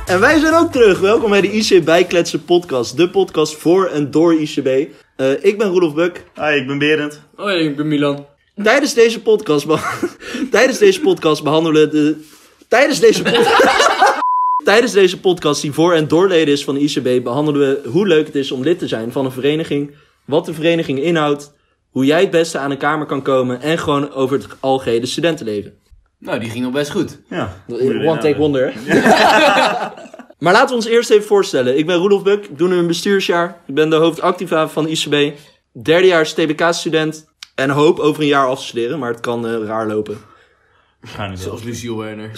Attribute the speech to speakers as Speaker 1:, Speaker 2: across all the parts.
Speaker 1: En wij zijn ook terug. Welkom bij de IC Bijkletsen podcast. De podcast voor en door ICB. Ik ben Roelof Buk.
Speaker 2: Hi, ik ben Berend.
Speaker 3: Hoi, ik ben Milan.
Speaker 1: Tijdens deze podcast behandelen we Tijdens deze podcast die voor en doorleden is van de ICB... behandelen we hoe leuk het is om lid te zijn van een vereniging... wat de vereniging inhoudt... hoe jij het beste aan een kamer kan komen... en gewoon over het algehele studentenleven.
Speaker 3: Nou, die ging nog best goed.
Speaker 2: Ja.
Speaker 1: One take wonder. Maar laten we ons eerst even voorstellen. Ik ben Roelof Buk, ik doe nu een bestuursjaar. Ik ben de hoofdactiva van ICB. Derdejaars TBK-student. En hoop over een jaar af te studeren, maar het kan raar lopen.
Speaker 2: Waarschijnlijk wel.
Speaker 3: Zoals Lucie Werner.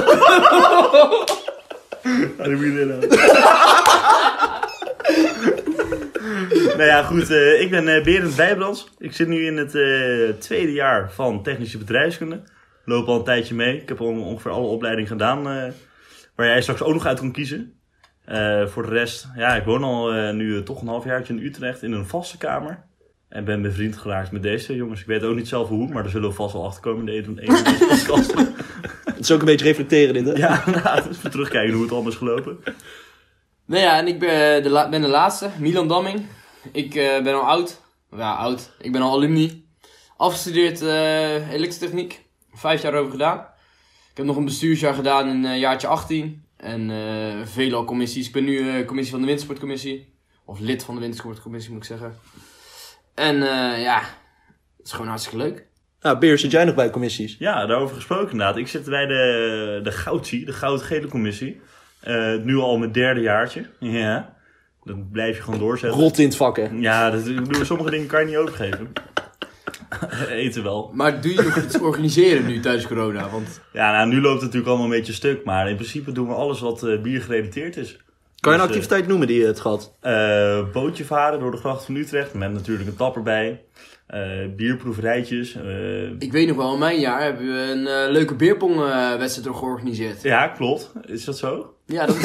Speaker 2: Nou ja, goed. Ik ben Berend Wijbrands. Ik zit nu in het tweede jaar van technische bedrijfskunde. Ik loop al een tijdje mee. Ik heb al ongeveer alle opleidingen gedaan waar jij straks ook nog uit kan kiezen. Voor de rest, ja, ik woon al nu toch een halfjaartje in Utrecht in een vaste kamer. En ben bevriend geraakt met deze jongens. Ik weet ook niet zelf hoe, maar daar zullen we vast wel achter komen in de ene podcast.
Speaker 1: Het is ook een beetje reflecteren dit, hè?
Speaker 2: Ja, nou, even terugkijken hoe het allemaal is gelopen.
Speaker 3: Nou ja, en ik ben de laatste, Milan Damming. Ik ben al oud. Ja, oud. Ik ben al alumni. Afgestudeerd elektrotechniek. 5 jaar over gedaan. Ik heb nog een bestuursjaar gedaan in jaartje 18. En vele commissies. Ik ben nu commissie van de wintersportcommissie. Of lid van de wintersportcommissie moet ik zeggen. En ja, het is gewoon hartstikke leuk.
Speaker 1: Nou, Beer, zit jij nog bij commissies?
Speaker 2: Ja, daarover gesproken inderdaad. Ik zit bij de Goudsie, de goud-gele commissie. Nu al mijn derde jaartje. Ja, dat blijf je gewoon doorzetten.
Speaker 1: Rot in het vak, hè?
Speaker 2: Ja, sommige dingen kan je niet overgeven. Eten wel.
Speaker 3: Maar doe je nog iets organiseren nu tijdens corona? Want...
Speaker 2: Ja, nou, nu loopt het natuurlijk allemaal een beetje stuk. Maar in principe doen we alles wat bier gerelateerd is.
Speaker 1: Kan je een activiteit noemen die je hebt gehad?
Speaker 2: Bootje varen door de gracht van Utrecht. Met natuurlijk een tapper bij. Bierproeverijtjes.
Speaker 3: Ik weet nog wel, in mijn jaar hebben we een leuke beerpongwedstrijd er georganiseerd.
Speaker 2: Ja, klopt. Is dat zo?
Speaker 3: Ja, dat is...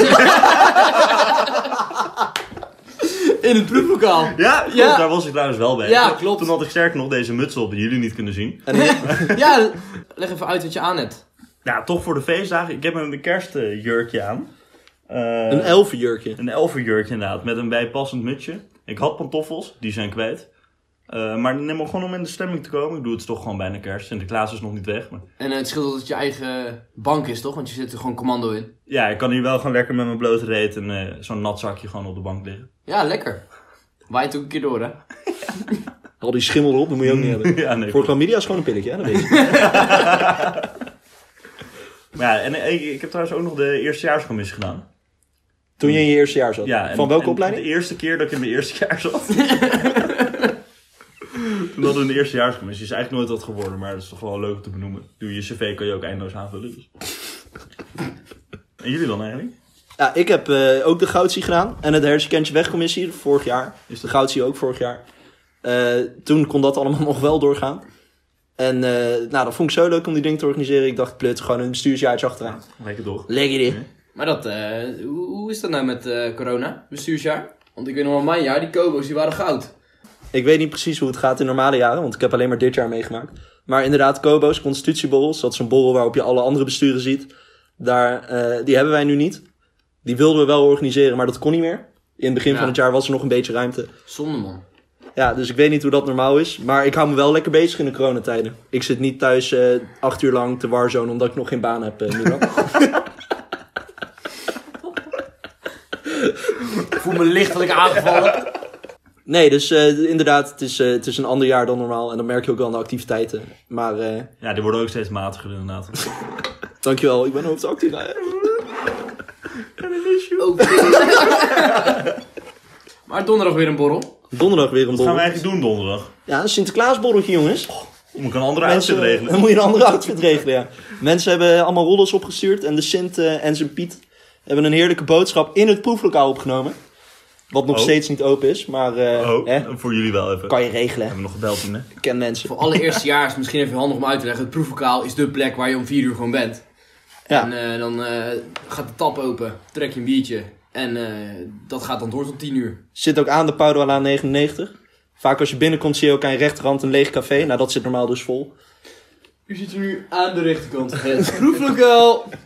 Speaker 3: In het proeflokaal.
Speaker 2: Ja, klopt,
Speaker 3: Ja.
Speaker 2: Daar was ik trouwens wel bij.
Speaker 3: Ja, klopt.
Speaker 2: Toen had ik sterker nog deze muts op die jullie niet kunnen zien.
Speaker 3: Ja, leg even uit wat je aan hebt.
Speaker 2: Ja, toch voor de feestdagen. Ik heb een kerstjurkje aan.
Speaker 1: Een elfenjurkje.
Speaker 2: Een elfenjurkje inderdaad, met een bijpassend mutsje. Ik had pantoffels, die zijn kwijt. Maar neem maar gewoon om in de stemming te komen. Ik doe het toch gewoon bijna kerst. Sinterklaas is nog niet weg. Maar...
Speaker 3: En het scheelt dat het je eigen bank is, toch? Want je zit er gewoon commando in.
Speaker 2: Ja, ik kan hier wel gewoon lekker met mijn blote reet en zo'n nat zakje gewoon op de bank liggen.
Speaker 3: Ja, lekker. Waait ook een keer door, hè?
Speaker 1: Al die schimmel erop, dat moet je ook niet hebben.
Speaker 2: Ja, nee,
Speaker 1: Voor chlamydia is gewoon een pilletje, hè? Dat weet je.
Speaker 2: Maar ja, en ik heb trouwens ook nog de eerstejaarscommissie gedaan.
Speaker 1: Toen je in je eerste jaar zat.
Speaker 2: Ja,
Speaker 1: Van welke opleiding?
Speaker 2: De eerste keer dat ik in mijn eerste jaar zat. Toen hadden we een eerstejaarscommissie. Is eigenlijk nooit wat geworden, maar dat is toch wel leuk om te benoemen. Doe je cv kan je ook eindeloos aanvullen. Dus. En jullie dan eigenlijk?
Speaker 1: Ja, ik heb ook de Goudsie gedaan. En de Hersenkentje Wegcommissie, vorig jaar. Is de Goudsie ook vorig jaar. Toen kon dat allemaal nog wel doorgaan. En nou, dat vond ik zo leuk om die dingen te organiseren. Ik dacht, plut, gewoon een bestuursjaartje achteraan.
Speaker 2: Lekker toch?
Speaker 1: Lekker dit.
Speaker 3: Maar dat, hoe is dat nou met corona, bestuursjaar? Want ik weet nog wel, mijn jaar, die Kobo's, die waren goud.
Speaker 1: Ik weet niet precies hoe het gaat in normale jaren, want ik heb alleen maar dit jaar meegemaakt. Maar inderdaad, Kobo's, constitutieborrels, dat is een borrel waarop je alle andere besturen ziet. Die hebben wij nu niet. Die wilden we wel organiseren, maar dat kon niet meer. In het begin van het jaar was er nog een beetje ruimte.
Speaker 3: Zonde, man.
Speaker 1: Ja, dus ik weet niet hoe dat normaal is. Maar ik hou me wel lekker bezig in de coronatijden. Ik zit niet thuis 8 uur lang te Warzone omdat ik nog geen baan heb, Milan.
Speaker 3: Ik voel me lichtelijk aangevallen.
Speaker 1: Nee, dus inderdaad, het is een ander jaar dan normaal. En dat merk je ook wel aan de activiteiten. Maar
Speaker 2: Ja, die worden ook steeds matiger inderdaad.
Speaker 1: dankjewel, ik ben hoofdactiva.
Speaker 3: Oh, maar donderdag weer een borrel.
Speaker 1: Donderdag weer een
Speaker 2: Wat gaan we
Speaker 1: borrel.
Speaker 2: eigenlijk doen donderdag?
Speaker 1: Ja, een Sinterklaasborreltje, jongens.
Speaker 2: Moet ik een andere outfit regelen?
Speaker 1: Dan moet je een andere outfit regelen, ja. Mensen hebben allemaal rollers opgestuurd. En de Sint en zijn Piet hebben een heerlijke boodschap in het proeflokaal opgenomen. Wat nog steeds niet open is, maar
Speaker 2: Voor jullie wel even.
Speaker 1: kan je regelen.
Speaker 2: Hebben we nog gebeld toen, hè?
Speaker 1: Ik ken mensen.
Speaker 3: Voor alle eerstejaars, misschien even handig om uit te leggen. Het proeflokaal is de plek waar je om 4 uur gewoon bent.
Speaker 1: Ja.
Speaker 3: En dan gaat de tap open, trek je een biertje. En dat gaat dan door tot 10 uur.
Speaker 1: Zit ook aan de Pauwderlaan 99. Vaak als je binnenkomt zie je ook aan je rechterhand een leeg café. Nou, dat zit normaal dus vol.
Speaker 3: U zit er nu aan de rechterkant. Het proeflokaal.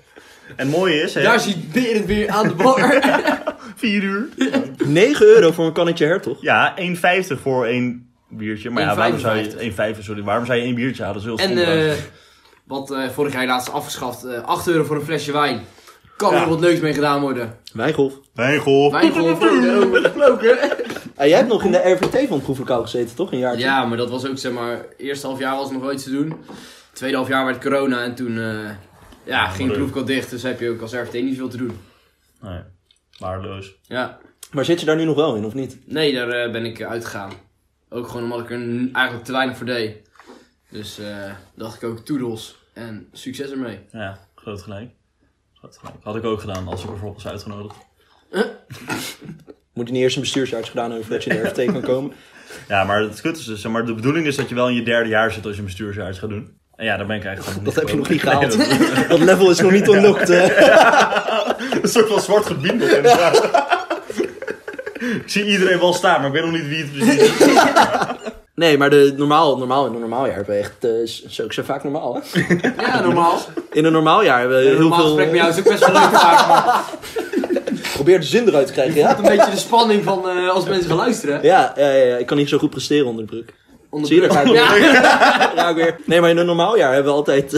Speaker 2: En het mooie is...
Speaker 3: Daar ziet Berend weer aan de bar.
Speaker 2: 4 uur.
Speaker 1: €9 voor een kannetje hertog.
Speaker 2: Ja, 1,50 voor één biertje. Maar ja, waarom zou je... 1,50, sorry. Waarom zou je één biertje halen? Dat is heel
Speaker 3: En
Speaker 2: stom.
Speaker 3: wat vorig jaar laatst afgeschaft. €8 voor een flesje wijn. Kan er
Speaker 2: Ja.
Speaker 3: wat leuks mee gedaan worden.
Speaker 1: Wijngolf.
Speaker 2: Wijngolf.
Speaker 3: Wijngolf, daarover gesproken.
Speaker 1: Jij hebt nog in de RVT van het proeflokaal gezeten, toch? Een jaartje?
Speaker 3: Ja, maar dat was ook, zeg maar, eerste half jaar was er nog wel iets te doen. Tweede half jaar werd corona en toen ging de proeflokaal dicht. Dus heb je ook als RVT niet veel te doen.
Speaker 2: Nee, waardeloos.
Speaker 3: Ja.
Speaker 1: Maar zit je daar nu nog wel in, of niet?
Speaker 3: Nee, daar ben ik uitgegaan. Ook gewoon omdat ik er eigenlijk te weinig voor deed. Dus dacht ik ook toedels en succes ermee.
Speaker 2: Ja, groot gelijk. Had ik ook gedaan als ik bijvoorbeeld was uitgenodigd.
Speaker 1: Moet je niet eerst een bestuursarts gedaan hebben voordat je in de RVT kan komen?
Speaker 2: Ja, maar het kut is dus, zeg maar, de bedoeling is dat je wel in je 3e jaar zit als je een bestuursarts gaat doen. En ja, daar ben ik eigenlijk gewoon
Speaker 1: Dat heb je nog niet
Speaker 2: gekomen.
Speaker 1: gehaald.
Speaker 2: Nee,
Speaker 1: Dat level is nog niet unlocked.
Speaker 2: een soort van zwart gebied nog inderdaad. Ik zie iedereen wel staan, maar ik weet nog niet wie het precies is.
Speaker 1: Nee, maar in een normaal jaar hebben we echt... zo, ik zeg vaak normaal, hè?
Speaker 3: Ja, normaal.
Speaker 1: In een normaal jaar hebben we
Speaker 3: Een
Speaker 1: heel
Speaker 3: normaal
Speaker 1: veel...
Speaker 3: gesprek met jou is ook best wel leuk vaak, maar
Speaker 1: Probeer de zin eruit te krijgen, ja?
Speaker 3: een beetje de spanning van als mensen gaan luisteren.
Speaker 1: Ja, ik kan niet zo goed presteren onder de druk.
Speaker 3: Onder
Speaker 1: Zie je, daar ga ik
Speaker 3: Ja.
Speaker 1: weer. Ja, ik weer. Nee, maar in een normaal jaar hebben we altijd...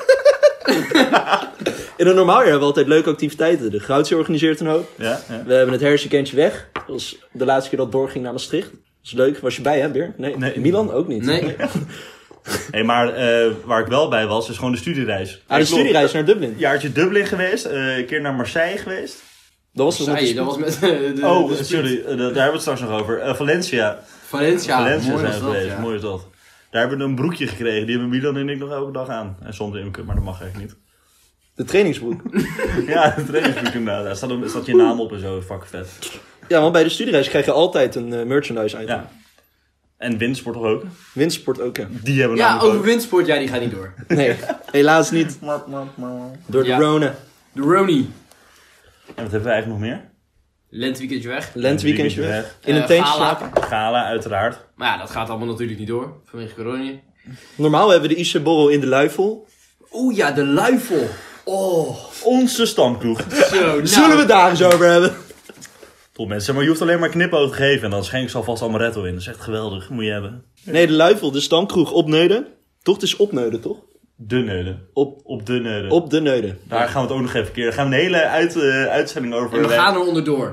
Speaker 1: In een normaal jaar hebben we altijd leuke activiteiten. De Goudse organiseert een hoop.
Speaker 2: Ja, ja.
Speaker 1: We hebben het herfstweekendje weg. Dat was de laatste keer dat het doorging naar Maastricht. Dat is leuk. Was je bij, hè, Beer?
Speaker 2: Nee.
Speaker 1: Milan ook niet.
Speaker 3: Nee.
Speaker 2: Hey, maar waar ik wel bij was, is gewoon de studiereis.
Speaker 1: De studiereis naar Dublin.
Speaker 2: Een jaartje Dublin geweest, een keer naar Marseille geweest.
Speaker 1: Dat was dus
Speaker 3: Zei je, dat was met
Speaker 2: Sorry, daar hebben we het straks nog over. Valencia.
Speaker 3: Valencia,
Speaker 2: Valencia
Speaker 3: mooi
Speaker 2: zijn
Speaker 3: was
Speaker 2: we
Speaker 3: dat,
Speaker 2: geweest,
Speaker 3: ja.
Speaker 2: mooi is dat. Daar hebben we een broekje gekregen, die hebben Milan en ik nog elke dag aan. En soms Imke, maar dat mag eigenlijk niet.
Speaker 1: de trainingsbroek.
Speaker 2: Ja, de trainingsbroek inderdaad. Daar staat je naam op en zo, fucking vet.
Speaker 1: Ja, want bij de studiereis krijg je altijd een merchandise item.
Speaker 2: Ja. En windsport toch ook?
Speaker 1: Windsport ook, ja.
Speaker 2: Die hebben we
Speaker 3: Ja,
Speaker 2: namelijk
Speaker 3: over windsport, ja, die gaat niet door.
Speaker 1: Nee, helaas niet. Door de
Speaker 3: Ja.
Speaker 1: Rona.
Speaker 3: De Roni.
Speaker 2: En wat hebben we eigenlijk nog meer?
Speaker 3: Lenteweekendje weg.
Speaker 1: Lentweekendje
Speaker 2: Weekendje
Speaker 1: weg. In een
Speaker 3: Eh,
Speaker 1: tentje
Speaker 3: gala.
Speaker 1: slapen.
Speaker 2: Gala, uiteraard.
Speaker 3: Maar ja, dat gaat allemaal natuurlijk niet door, vanwege corona.
Speaker 1: Normaal hebben we de Ische borrel in de Luifel.
Speaker 3: Oeh ja, de luifel. Oh,
Speaker 2: Onze stamkroeg.
Speaker 3: zo. Nou,
Speaker 1: Zullen we het daar eens over hebben?
Speaker 2: Top mensen, maar je hoeft alleen maar knipoog te geven en dan schenk ze alvast amaretto in. Dat is echt geweldig, moet je hebben.
Speaker 1: Nee, de Luifel, de stamkroeg op Neuden. Toch, het is op Neuden, toch?
Speaker 2: De Neuden. Op de Neuden.
Speaker 1: Op de Neuden.
Speaker 2: Daar gaan we het ook nog even keren. Daar gaan we een hele uitzending over.
Speaker 3: En we gaan er onderdoor.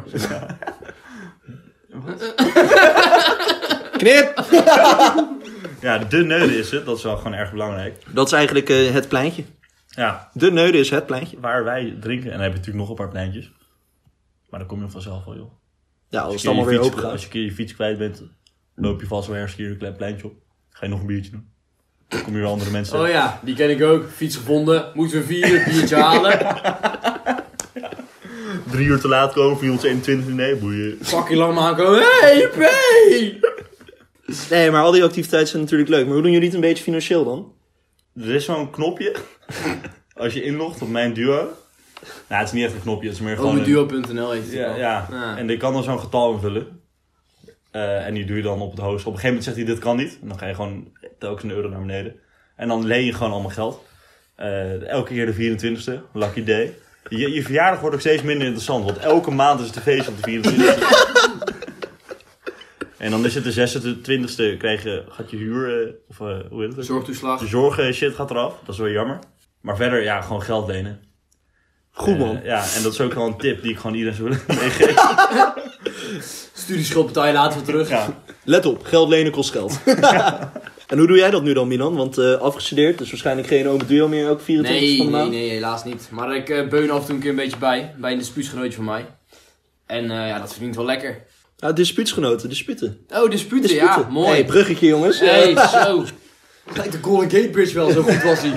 Speaker 1: Knip!
Speaker 2: Ja, de Neuden is het. Dat is wel gewoon erg belangrijk.
Speaker 1: Dat is eigenlijk het pleintje.
Speaker 2: Ja,
Speaker 1: De Neuden is het pleintje.
Speaker 2: waar wij drinken. En dan heb je natuurlijk nog een paar pleintjes. Maar dan kom je vanzelf wel, joh.
Speaker 1: Ja, als
Speaker 2: Als
Speaker 1: het allemaal weer open
Speaker 2: Als
Speaker 1: gaat.
Speaker 2: je een keer je fiets kwijt bent, loop je vast wel ergens een keer een klein pleintje op. Ga je nog een biertje doen. Dan kom je weer andere mensen
Speaker 3: Oh ja, die ken ik ook. Fiets gevonden. Moeten we 4 biertje halen.
Speaker 2: 3 uur te laat komen, 421 nee, boeien.
Speaker 3: Fucking lang maar aankomen. Hey, hey!
Speaker 1: Nee, maar al die activiteiten zijn natuurlijk leuk. Maar hoe doen jullie het een beetje financieel dan?
Speaker 2: Er is zo'n knopje, als je inlogt op mijn duo. Nou, het is niet echt een knopje, het is meer gewoon een...
Speaker 3: Duo.nl heet het
Speaker 2: Ja,
Speaker 3: wel.
Speaker 2: ja.
Speaker 3: Ja.
Speaker 2: En die kan dan zo'n getal invullen. En die doe je dan op het hoogste. Op een gegeven moment zegt hij, dit kan niet. En dan ga je gewoon telkens €1 naar beneden. En dan leen je gewoon allemaal geld. Elke keer de 24e, lucky day. Je verjaardag wordt ook steeds minder interessant, want elke maand is het een feest op de 24e. En dan is het de 26e, gaat je huur, hoe heet het?
Speaker 3: Zorgtoeslag.
Speaker 2: De zorg shit gaat eraf, dat is wel jammer. Maar verder, ja, gewoon geld lenen.
Speaker 1: Goed man.
Speaker 2: Ja, en dat is ook wel een tip die ik gewoon iedereen zou willen meegeven.
Speaker 3: Studieschuld betaal je later weer terug.
Speaker 2: Ja.
Speaker 1: Let op, geld lenen kost geld. En hoe doe jij dat nu dan, Milan? Want afgestudeerd, dus waarschijnlijk geen ome duo meer elke 24 van de maand.
Speaker 3: Nee, helaas niet. Maar ik beun af en toe een keer een beetje bij een dispuutsgenootje van mij. En ja, dat verdient wel lekker.
Speaker 1: Ja, dispuutsgenoten, disputen.
Speaker 3: Oh, disputen, ja, mooi.
Speaker 1: Hey, bruggetje jongens.
Speaker 3: Hey, zo. Kijk, de Golden Gate Bridge wel, zo goed was hij.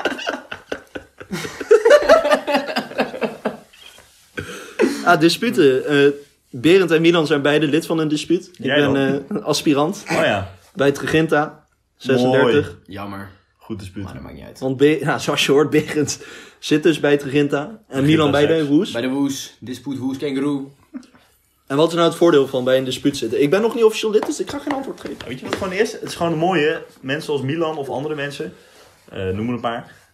Speaker 1: Disputen. Berend en Milan zijn beide lid van een dispuut. Ik
Speaker 2: Jij
Speaker 1: ben aspirant
Speaker 2: Oh ja,
Speaker 1: bij het Regenta, 36.
Speaker 2: Mooi.
Speaker 3: Jammer,
Speaker 2: goed dispuut.
Speaker 3: maar dat maakt niet uit.
Speaker 1: Want zoals je hoort, Berend zit dus bij het Regenta. En Milan bij de
Speaker 2: seks.
Speaker 1: Woes.
Speaker 3: Bij de Woes, dispuut Woes, kangaroo.
Speaker 1: En wat is nou het voordeel van bij een dispuut zitten? Ik ben nog niet officieel lid, dus ik ga geen antwoord geven.
Speaker 2: Weet je wat het gewoon is? Het is gewoon het mooie. Mensen als Milan of andere mensen, noem er een paar.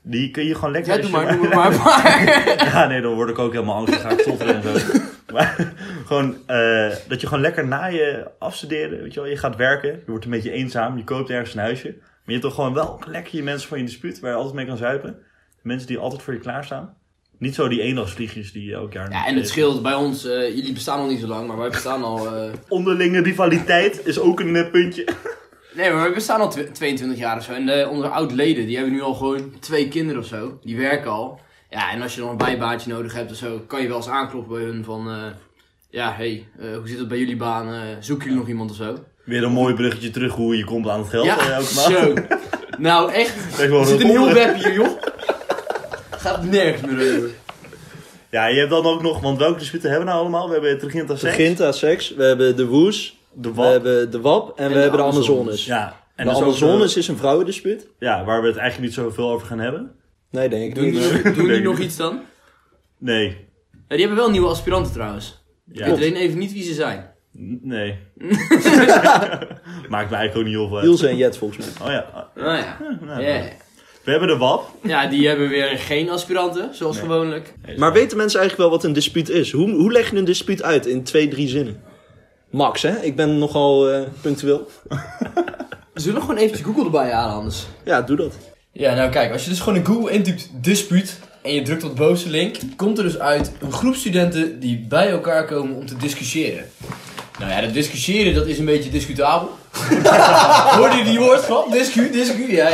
Speaker 2: Die kun je gewoon lekker...
Speaker 3: Ja, doe maar.
Speaker 2: Ja, nee, dan word ik ook helemaal angstig. Ga ik stotteren en zo. Maar gewoon, dat je gewoon lekker na je afstuderen, weet je wel. Je gaat werken, je wordt een beetje eenzaam, je koopt ergens een huisje. Maar je hebt toch gewoon wel lekker je mensen van je dispuut, waar je altijd mee kan zuipen. Mensen die altijd voor je klaarstaan. Niet zo die eendagsvliegjes die elk jaar...
Speaker 3: Ja, en het scheelt bij ons, jullie bestaan nog niet zo lang, maar wij bestaan al...
Speaker 2: Onderlinge rivaliteit is ook een puntje.
Speaker 3: Nee, maar we bestaan al 22 jaar of zo. En onze oud-leden, die hebben nu al gewoon 2 kinderen of zo. Die werken al. Ja, en als je dan een bijbaantje nodig hebt of zo, kan je wel eens aankloppen bij hun van... hoe zit het bij jullie baan? Zoeken jullie nog iemand of zo?
Speaker 2: Weer een mooi bruggetje terug hoe je komt aan het geld.
Speaker 3: Ja,
Speaker 2: elke maand.
Speaker 3: zo. Nou, echt. Er zit een heel web hier, joh. Gaat nergens meer over.
Speaker 2: Ja, je hebt dan ook nog, want welke disputen hebben we nou allemaal? We hebben Triginta Sex.
Speaker 1: Triginta Sex, we hebben de Woes,
Speaker 2: de
Speaker 1: we
Speaker 2: WAP.
Speaker 1: hebben de WAP en we hebben de Amazones.
Speaker 2: Ja. En
Speaker 1: de
Speaker 2: dus
Speaker 1: Amazones is een vrouwendispuut.
Speaker 2: Ja, waar we het eigenlijk niet zoveel over gaan hebben.
Speaker 1: Nee, denk ik niet.
Speaker 3: Doen die nog iets dan?
Speaker 2: Nee.
Speaker 3: Ja, die hebben wel nieuwe aspiranten trouwens.
Speaker 2: Ja.
Speaker 3: Ik weet alleen even niet wie ze zijn.
Speaker 2: Nee. Maakt me eigenlijk ook niet heel veel uit.
Speaker 1: Ilse en Jet volgens mij.
Speaker 2: Oh ja.
Speaker 3: Nou ja.
Speaker 2: Nou,
Speaker 3: Ja.
Speaker 2: We hebben de WAP.
Speaker 3: Ja, die hebben weer geen aspiranten, zoals
Speaker 2: Nee.
Speaker 3: gewoonlijk.
Speaker 1: Maar weten mensen eigenlijk wel wat een dispuut is? Hoe leg je een dispuut uit in 2-3 zinnen? Max, hè? Ik ben nogal punctueel.
Speaker 3: Zullen we gewoon eventjes Google erbij halen anders?
Speaker 1: Ja, doe dat.
Speaker 3: Ja, nou kijk, als je dus gewoon in Google intypt dispuut en je drukt op de bovenste link, komt er dus uit een groep studenten die bij elkaar komen om te discussiëren. Nou ja, dat discussiëren, dat is een beetje discutabel. Hoorde je die woordgrap? Discu, ja.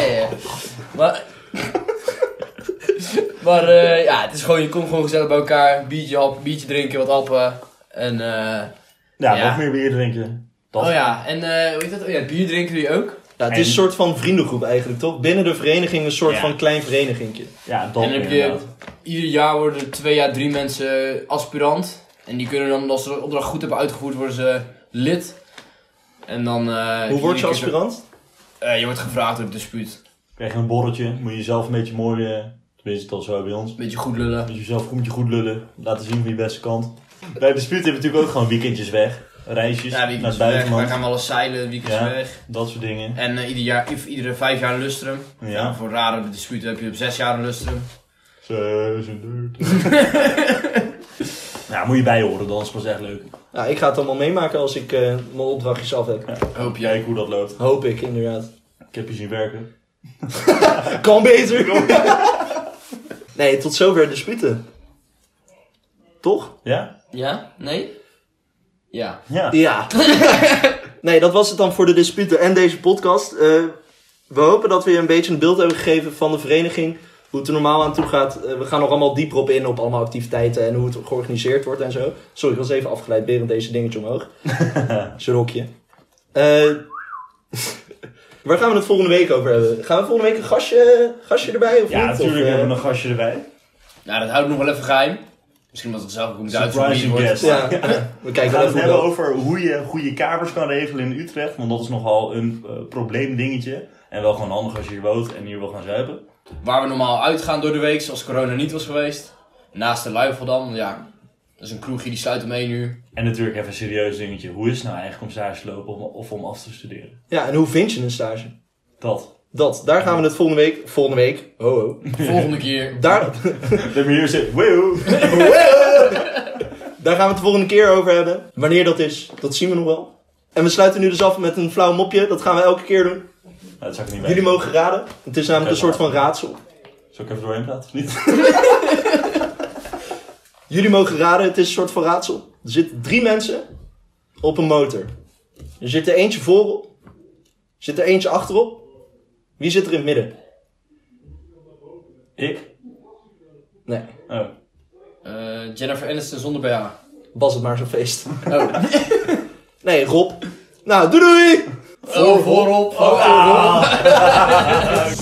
Speaker 3: Maar ja, het is gewoon, je komt gewoon gezellig bij elkaar, biertje drinken, wat appen en
Speaker 2: Ja,
Speaker 3: Ja.
Speaker 2: nog meer bier drinken. Dat.
Speaker 3: oh ja, en hoe heet dat? Oh ja, bier drinken doe je ook.
Speaker 1: Ja, het is een soort van vriendengroep eigenlijk, toch? Binnen de vereniging een soort
Speaker 2: Ja.
Speaker 1: van klein verenigingje.
Speaker 2: Ja, dat
Speaker 3: En dan heb je,
Speaker 2: inderdaad.
Speaker 3: ieder jaar worden 2 à 3 mensen aspirant. En die kunnen dan, als ze de opdracht goed hebben uitgevoerd, worden ze lid. En dan...
Speaker 1: Hoe word je aspirant?
Speaker 3: Je wordt gevraagd door het dispuut.
Speaker 2: Krijg je een borreltje, moet je jezelf een beetje mooi... tenminste, dat is zo bij ons.
Speaker 3: Beetje goed lullen.
Speaker 2: Moet je jezelf moet je goed lullen. Laten zien van je beste kant. Bij dispuut hebben we natuurlijk ook gewoon weekendjes weg. Reisjes
Speaker 3: Ja,
Speaker 2: naar
Speaker 3: weekends
Speaker 2: het
Speaker 3: weg.
Speaker 2: buitenland.
Speaker 3: Wij gaan wel eens zeilen, weekends
Speaker 2: Ja.
Speaker 3: weg.
Speaker 2: Dat soort dingen.
Speaker 3: En iedere 5 jaar een lustrum.
Speaker 2: Ja.
Speaker 3: Voor rare disputen heb je op 6 jaar een lustrum.
Speaker 2: 36. Ja, moet je bij horen, dan is het pas echt leuk.
Speaker 1: Ja, ik ga het allemaal meemaken als ik mijn opdrachtjes af heb.
Speaker 2: Ja.
Speaker 3: Hoop jij.
Speaker 2: Kijk hoe dat loopt.
Speaker 1: Hoop ik, inderdaad.
Speaker 2: Ik heb je zien werken.
Speaker 1: Kan beter. Nee, tot zover disputen. Toch?
Speaker 2: Ja?
Speaker 3: Ja? Nee? Ja.
Speaker 2: Ja.
Speaker 1: Ja. Nee, dat was het dan voor de disputen en deze podcast. We hopen dat we je een beetje een beeld hebben gegeven van de vereniging. Hoe het er normaal aan toe gaat. We gaan nog allemaal dieper op in op allemaal activiteiten en hoe het georganiseerd wordt en zo. Sorry, ik was even afgeleid. Berend deze dingetje omhoog. Zijn rokje. Waar gaan we het volgende week over hebben? Gaan we volgende week een gastje erbij? Of
Speaker 2: Ja,
Speaker 1: niet?
Speaker 2: natuurlijk
Speaker 1: Of,
Speaker 2: hebben we een gastje erbij.
Speaker 3: Nou, dat houdt nog wel even geheim. Misschien omdat het zelf ook moet uitvoeren wie
Speaker 2: Surprising
Speaker 3: het wordt.
Speaker 2: guest.
Speaker 1: Ja, we
Speaker 2: We
Speaker 1: kijken
Speaker 2: gaan
Speaker 1: wel
Speaker 2: het
Speaker 1: even
Speaker 2: hebben
Speaker 1: hoe
Speaker 2: over hoe je goede kamers kan regelen in Utrecht. Want dat is nogal een probleemdingetje. En wel gewoon handig als je hier woont en hier wil gaan zuipen.
Speaker 3: Waar we normaal uitgaan door de week, zoals corona niet was geweest. Naast de Luifel ja, dat is een kroegje die sluit om 1 uur.
Speaker 2: En natuurlijk even een serieus dingetje. Hoe is het nou eigenlijk om stage te lopen of om af te studeren?
Speaker 1: Ja, en hoe vind je een stage?
Speaker 2: Dat.
Speaker 1: Daar gaan we het volgende week. Ho.
Speaker 3: Volgende keer.
Speaker 1: Daar,
Speaker 2: De hier zit. Wow.
Speaker 1: daar gaan we het de volgende keer over hebben. Wanneer dat is, dat zien we nog wel. En we sluiten nu dus af met een flauw mopje. Dat gaan we elke keer doen.
Speaker 2: Nou, dat zou ik niet
Speaker 1: Jullie
Speaker 2: weten.
Speaker 1: mogen raden. Het is namelijk een soort van raadsel.
Speaker 2: Zal ik even doorheen praten of niet?
Speaker 1: Jullie mogen raden, het is een soort van raadsel. Er zitten 3 mensen op een motor. Er zit er eentje voorop. Er zit er eentje achterop. Wie zit er in het midden?
Speaker 2: Ik?
Speaker 1: Nee,
Speaker 2: Oh.
Speaker 3: Jennifer Aniston zonder BH.
Speaker 1: was het maar zo'n feest.
Speaker 3: Oh.
Speaker 1: Nee, Rob. Nou, doei doei!
Speaker 3: Voorop.
Speaker 2: Ah.